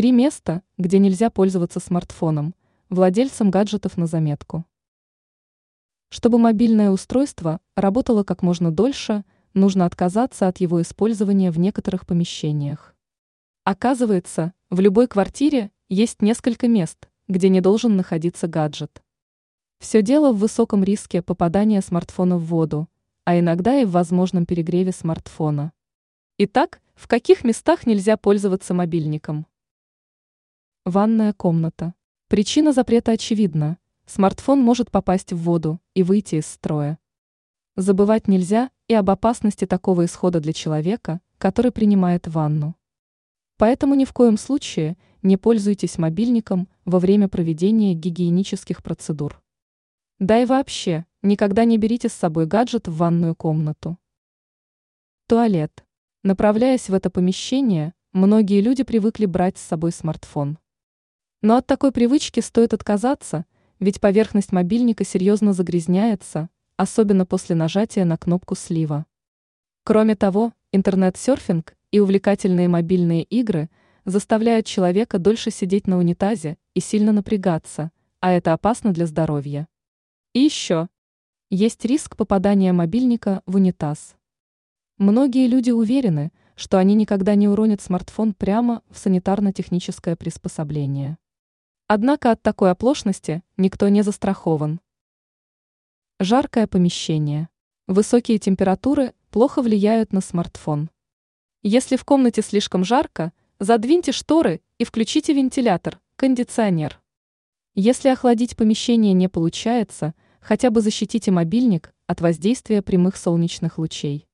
3 места, где нельзя пользоваться смартфоном, владельцам гаджетов на заметку. Чтобы мобильное устройство работало как можно дольше, нужно отказаться от его использования в некоторых помещениях. Оказывается, в любой квартире есть несколько мест, где не должен находиться гаджет. Все дело в высоком риске попадания смартфона в воду, а иногда и в возможном перегреве смартфона. Итак, в каких местах нельзя пользоваться мобильником? Ванная комната. Причина запрета очевидна. Смартфон может попасть в воду и выйти из строя. Забывать нельзя и об опасности такого исхода для человека, который принимает ванну. Поэтому ни в коем случае не пользуйтесь мобильником во время проведения гигиенических процедур. Да и вообще, никогда не берите с собой гаджет в ванную комнату. Туалет. Направляясь в это помещение, многие люди привыкли брать с собой смартфон. Но от такой привычки стоит отказаться, ведь поверхность мобильника серьезно загрязняется, особенно после нажатия на кнопку слива. Кроме того, интернет-серфинг и увлекательные мобильные игры заставляют человека дольше сидеть на унитазе и сильно напрягаться, а это опасно для здоровья. И еще есть риск попадания мобильника в унитаз. Многие люди уверены, что они никогда не уронят смартфон прямо в санитарно-техническое приспособление. Однако от такой оплошности никто не застрахован. Жаркое помещение. Высокие температуры плохо влияют на смартфон. Если в комнате слишком жарко, задвиньте шторы и включите вентилятор, кондиционер. Если охладить помещение не получается, хотя бы защитите мобильник от воздействия прямых солнечных лучей.